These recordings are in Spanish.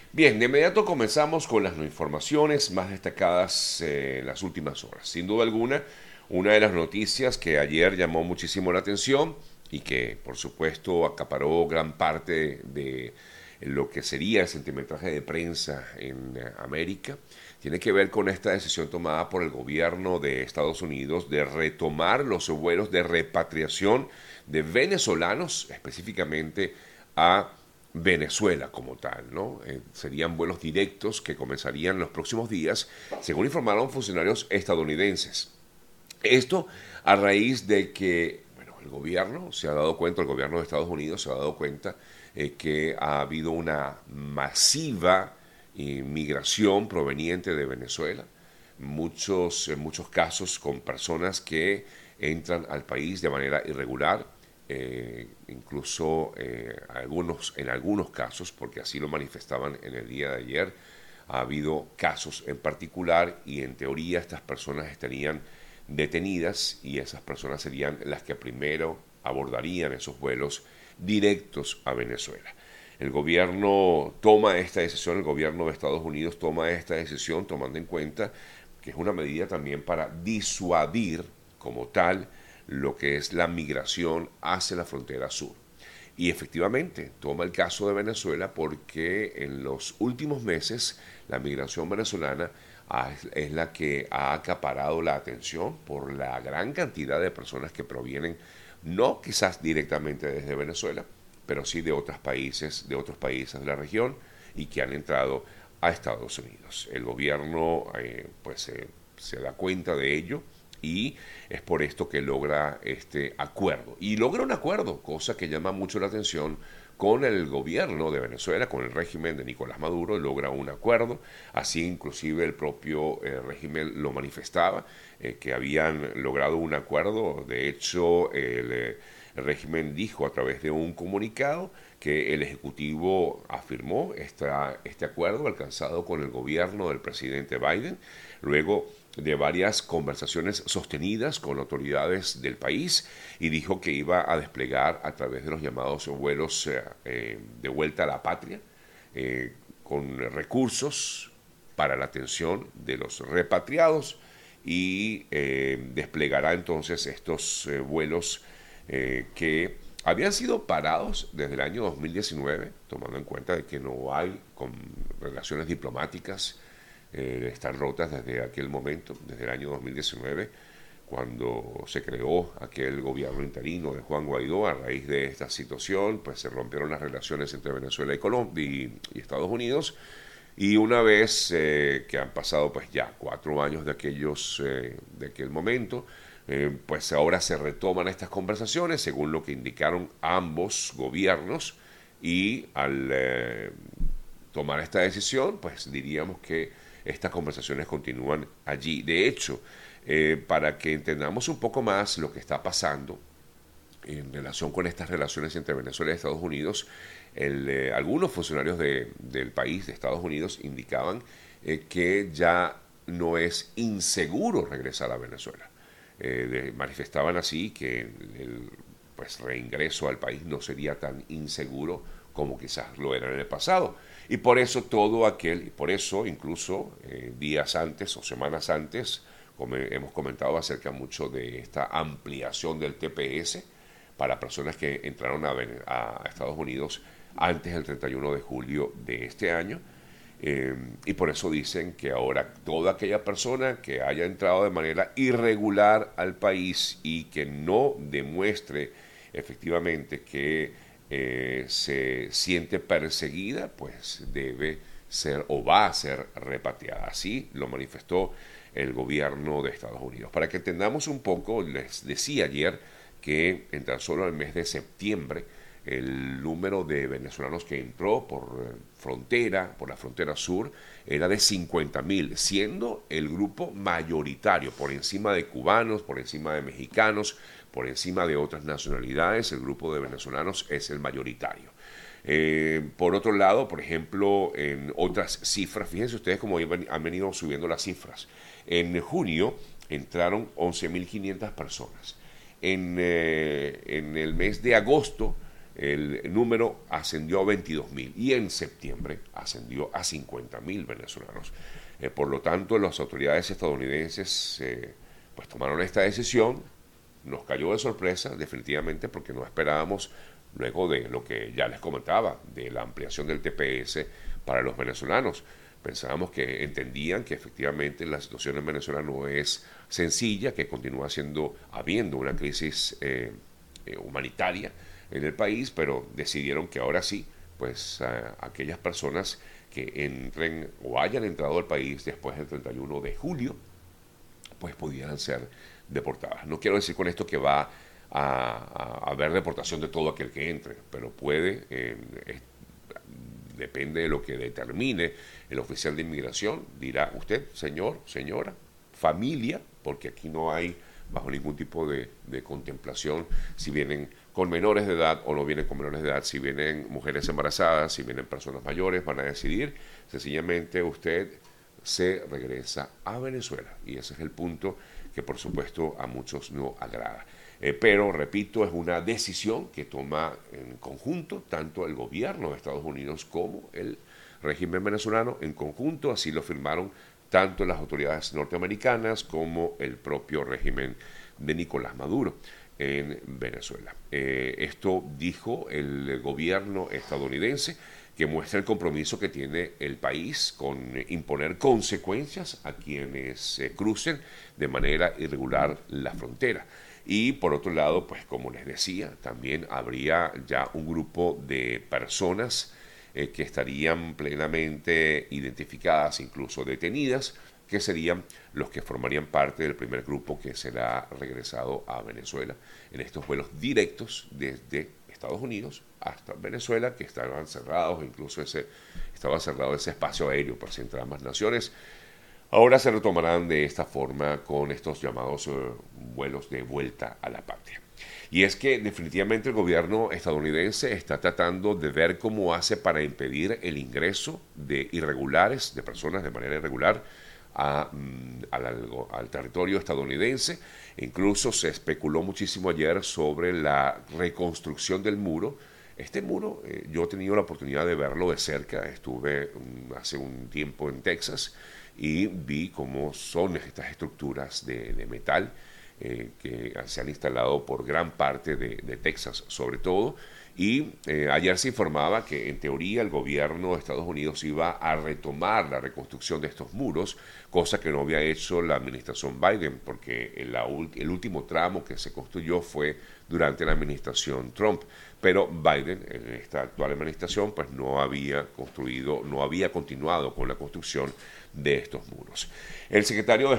Bien, de inmediato comenzamos con las informaciones más destacadas en las últimas horas. Sin duda alguna, una de las noticias que ayer llamó muchísimo la atención y que, por supuesto, acaparó gran parte de lo que sería el centimetraje de prensa en América, tiene que ver con esta decisión tomada por el gobierno de Estados Unidos de retomar los vuelos de repatriación de venezolanos, específicamente a Venezuela como tal, ¿no? Serían vuelos directos que comenzarían los próximos días, según informaron funcionarios estadounidenses. Esto a raíz de que, bueno, el gobierno se ha dado cuenta, el gobierno de Estados Unidos se ha dado cuenta que ha habido una masiva inmigración proveniente de Venezuela, en muchos casos con personas que entran al país de manera irregular, incluso en algunos casos, porque así lo manifestaban en el día de ayer, ha habido casos en particular y en teoría estas personas estarían detenidas y esas personas serían las que primero abordarían esos vuelos directos a Venezuela. El gobierno toma esta decisión, el gobierno de Estados Unidos toma esta decisión tomando en cuenta que es una medida también para disuadir como tal lo que es la migración hacia la frontera sur. Y efectivamente, toma el caso de Venezuela porque en los últimos meses la migración venezolana es la que ha acaparado la atención por la gran cantidad de personas que provienen, no quizás directamente desde Venezuela, pero sí de otros países de la región y que han entrado a Estados Unidos. El gobierno se da cuenta de ello y es por esto que logra este acuerdo. Y logra un acuerdo, cosa que llama mucho la atención con el gobierno de Venezuela, con el régimen de Nicolás Maduro, logra un acuerdo, así inclusive el propio régimen lo manifestaba, que habían logrado un acuerdo, de hecho el régimen dijo a través de un comunicado que el Ejecutivo afirmó este acuerdo alcanzado con el gobierno del presidente Biden, luego de varias conversaciones sostenidas con autoridades del país y dijo que iba a desplegar a través de los llamados vuelos de vuelta a la patria con recursos para la atención de los repatriados y desplegará entonces estos vuelos que habían sido parados desde el año 2019, tomando en cuenta de que no hay con relaciones diplomáticas, están rotas desde aquel momento, desde el año 2019, cuando se creó aquel gobierno interino de Juan Guaidó. A raíz de esta situación, pues se rompieron las relaciones entre Venezuela y Colombia y Estados Unidos. Y una vez que han pasado pues ya 4 años de aquel momento, pues ahora se retoman estas conversaciones según lo que indicaron ambos gobiernos y al tomar esta decisión, pues diríamos que estas conversaciones continúan allí. De hecho, para que entendamos un poco más lo que está pasando en relación con estas relaciones entre Venezuela y Estados Unidos, algunos funcionarios del país, de Estados Unidos, indicaban que ya no es inseguro regresar a Venezuela. Manifestaban así que el pues, reingreso al país no sería tan inseguro como quizás lo era en el pasado. Y por eso y por eso incluso días antes o semanas antes, como hemos comentado acerca mucho de esta ampliación del TPS para personas que entraron a Estados Unidos antes del 31 de julio de este año. Y por eso dicen que ahora toda aquella persona que haya entrado de manera irregular al país y que no demuestre efectivamente que se siente perseguida, pues debe ser o va a ser repatriada. Así lo manifestó el gobierno de Estados Unidos. Para que entendamos un poco, les decía ayer que en tan solo el mes de septiembre el número de venezolanos que entró por la frontera sur, era de 50.000, siendo el grupo mayoritario, por encima de cubanos, por encima de mexicanos, por encima de otras nacionalidades, el grupo de venezolanos es el mayoritario. Por otro lado, por ejemplo, en otras cifras, fíjense ustedes cómo han venido subiendo las cifras. En junio entraron 11.500 personas. En el mes de agosto el número ascendió a 22.000 y en septiembre ascendió a 50.000 venezolanos. Por lo tanto, las autoridades estadounidenses pues tomaron esta decisión. Nos cayó de sorpresa, definitivamente, porque no esperábamos, luego de lo que ya les comentaba, de la ampliación del TPS para los venezolanos. Pensábamos que entendían que efectivamente la situación en Venezuela no es sencilla, que continúa habiendo una crisis humanitaria en el país, pero decidieron que ahora sí, pues aquellas personas que entren o hayan entrado al país después del 31 de julio, pues pudieran ser deportadas. No quiero decir con esto que va a haber deportación de todo aquel que entre, pero puede, depende de lo que determine el oficial de inmigración, dirá usted, señor, señora, familia, porque aquí no hay bajo ningún tipo de contemplación si vienen con menores de edad o no vienen con menores de edad, si vienen mujeres embarazadas, si vienen personas mayores, van a decidir, sencillamente usted se regresa a Venezuela. Y ese es el punto que por supuesto a muchos no agrada. Pero, repito, es una decisión que toma en conjunto tanto el gobierno de Estados Unidos como el régimen venezolano. En conjunto, así lo firmaron tanto las autoridades norteamericanas como el propio régimen de Nicolás Maduro en Venezuela. Esto dijo el gobierno estadounidense, que muestra el compromiso que tiene el país con imponer consecuencias a quienes crucen de manera irregular la frontera. Y por otro lado, pues como les decía, también habría ya un grupo de personas que estarían plenamente identificadas, incluso detenidas, que serían los que formarían parte del primer grupo que será regresado a Venezuela en estos vuelos directos desde Estados Unidos hasta Venezuela, que estaban cerrados, incluso estaba cerrado ese espacio aéreo para entre ambas naciones. Ahora se retomarán de esta forma con estos llamados vuelos de vuelta a la patria. Y es que definitivamente el gobierno estadounidense está tratando de ver cómo hace para impedir el ingreso de irregulares, de personas de manera irregular, al territorio estadounidense. Incluso se especuló muchísimo ayer sobre la reconstrucción del muro. Este muro, yo he tenido la oportunidad de verlo de cerca, estuve hace un tiempo en Texas y vi cómo son estas estructuras de metal que se han instalado por gran parte de Texas sobre todo. Y ayer se informaba que en teoría el gobierno de Estados Unidos iba a retomar la reconstrucción de estos muros, cosa que no había hecho la administración Biden, porque el último tramo que se construyó fue durante la administración Trump. Pero Biden, en esta actual administración, pues no había continuado con la construcción de estos muros. El secretario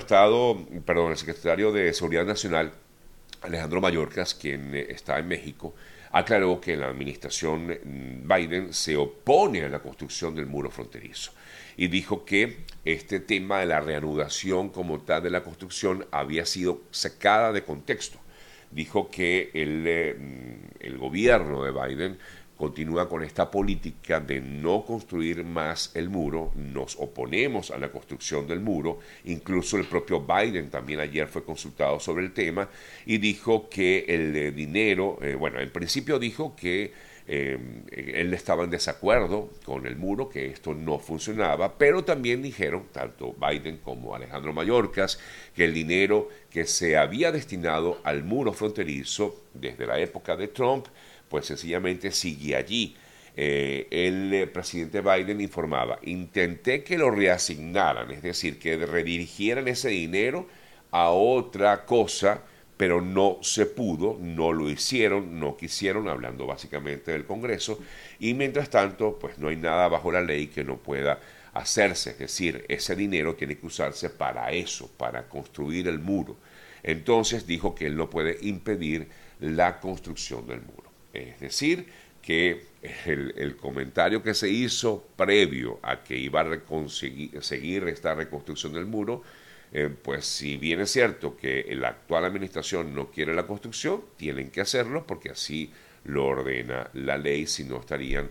de Seguridad Nacional, Alejandro Mayorkas, quien está en México, aclaró que la administración Biden se opone a la construcción del muro fronterizo y dijo que este tema de la reanudación como tal de la construcción había sido sacada de contexto. Dijo que el gobierno de Biden continúa con esta política de no construir más el muro, nos oponemos a la construcción del muro, incluso el propio Biden también ayer fue consultado sobre el tema y dijo que el dinero, en principio dijo que él estaba en desacuerdo con el muro, que esto no funcionaba, pero también dijeron, tanto Biden como Alejandro Mayorkas, que el dinero que se había destinado al muro fronterizo desde la época de Trump, pues sencillamente sigue allí. El presidente Biden informaba, intenté que lo reasignaran, es decir, que redirigieran ese dinero a otra cosa, pero no se pudo, no lo hicieron, no quisieron, hablando básicamente del Congreso, y mientras tanto, pues no hay nada bajo la ley que no pueda hacerse, es decir, ese dinero tiene que usarse para eso, para construir el muro. Entonces dijo que él no puede impedir la construcción del muro. Es decir, que el comentario que se hizo previo a que iba a seguir esta reconstrucción del muro, pues si bien es cierto que la actual administración no quiere la construcción, tienen que hacerlo porque así lo ordena la ley, si no estarían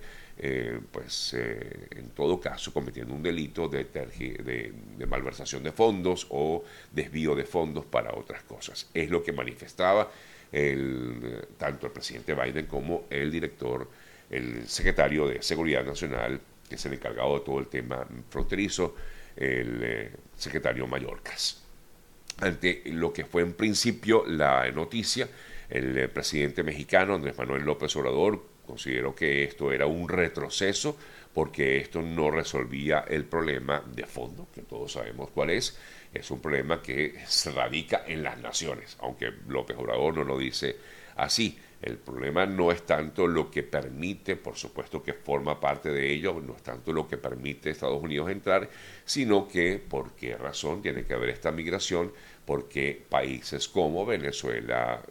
en todo caso cometiendo un delito de malversación de fondos o desvío de fondos para otras cosas. Es lo que manifestaba tanto el presidente Biden como el secretario de Seguridad Nacional, que es el encargado de todo el tema fronterizo, el secretario Mayorkas. Ante lo que fue en principio la noticia, el presidente mexicano Andrés Manuel López Obrador consideró que esto era un retroceso porque esto no resolvía el problema de fondo, que todos sabemos cuál es un problema que se radica en las naciones, aunque López Obrador no lo dice así. El problema no es tanto lo que permite, por supuesto que forma parte de ello, no es tanto lo que permite a Estados Unidos entrar, sino que por qué razón tiene que haber esta migración, porque países como Venezuela,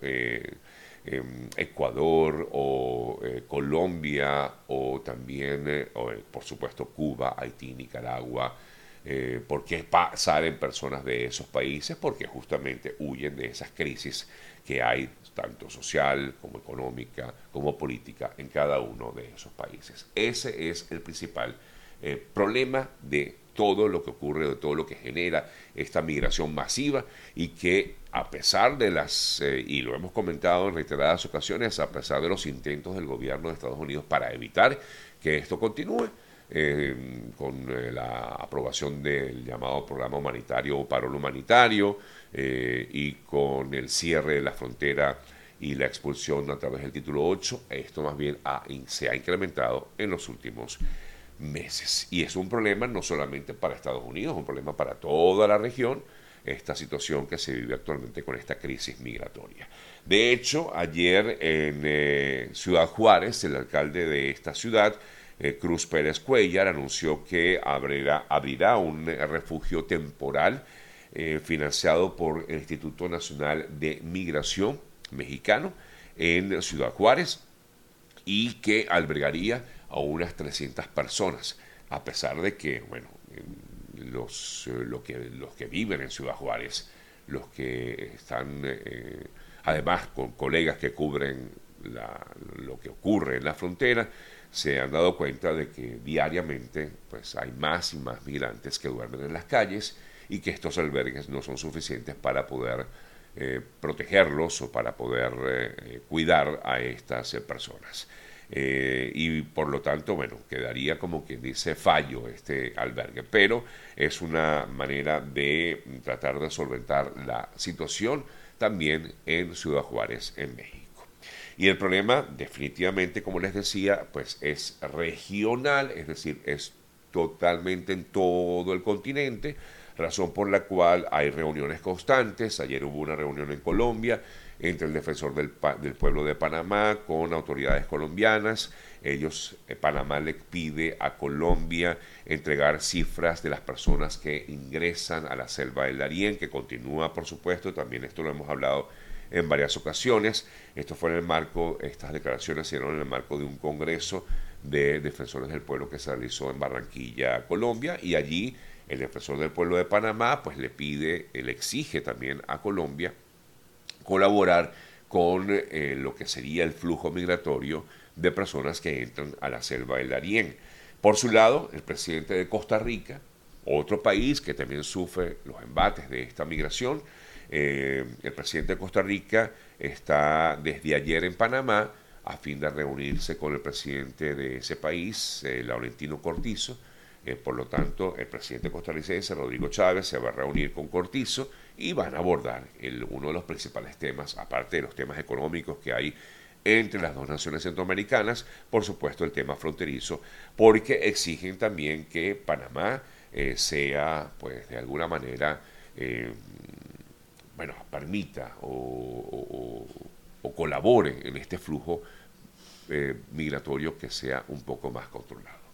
Ecuador o Colombia o también, por supuesto, Cuba, Haití, Nicaragua. ¿Por qué salen personas de esos países? Porque justamente huyen de esas crisis que hay, tanto social como económica, como política, en cada uno de esos países. Ese es el principal problema de todo lo que ocurre, de todo lo que genera esta migración masiva y que a pesar de y lo hemos comentado en reiteradas ocasiones, a pesar de los intentos del gobierno de Estados Unidos para evitar que esto continúe, con la aprobación del llamado programa humanitario o parol humanitario y con el cierre de la frontera y la expulsión a través del título 8, esto más bien se ha incrementado en los últimos meses. Y es un problema no solamente para Estados Unidos, es un problema para toda la región, esta situación que se vive actualmente con esta crisis migratoria. De hecho, ayer en Ciudad Juárez, el alcalde de esta ciudad, Cruz Pérez Cuellar, anunció que abrirá un refugio temporal financiado por el Instituto Nacional de Migración mexicano en Ciudad Juárez y que albergaría a unas 300 personas, a pesar de que, bueno, los que viven en Ciudad Juárez, los que están, además con colegas que cubren lo que ocurre en la frontera, se han dado cuenta de que diariamente pues, hay más y más migrantes que duermen en las calles y que estos albergues no son suficientes para poder protegerlos o para poder cuidar a estas personas. Y por lo tanto, bueno, quedaría como quien dice fallo este albergue, pero es una manera de tratar de solventar la situación también en Ciudad Juárez, en México. Y el problema, definitivamente, como les decía, pues es regional, es decir, es totalmente en todo el continente, razón por la cual hay reuniones constantes. Ayer hubo una reunión en Colombia entre el defensor del pueblo de Panamá con autoridades colombianas. Panamá le pide a Colombia entregar cifras de las personas que ingresan a la selva del Darién, que continúa, por supuesto, también esto lo hemos hablado en varias ocasiones. Esto fue en el marco, estas declaraciones se dieron en el marco de un congreso de defensores del pueblo que se realizó en Barranquilla, Colombia, y allí el defensor del pueblo de Panamá pues le exige también a Colombia colaborar con lo que sería el flujo migratorio de personas que entran a la selva del Darién. Por su lado, el presidente de Costa Rica, otro país que también sufre los embates de esta migración, el presidente de Costa Rica está desde ayer en Panamá a fin de reunirse con el presidente de ese país, Laurentino Cortizo. Por lo tanto, el presidente costarricense, Rodrigo Chávez, se va a reunir con Cortizo y van a abordar uno de los principales temas, aparte de los temas económicos que hay entre las dos naciones centroamericanas, por supuesto el tema fronterizo, porque exigen también que Panamá sea, pues de alguna manera, bueno, permita o colabore en este flujo migratorio que sea un poco más controlado.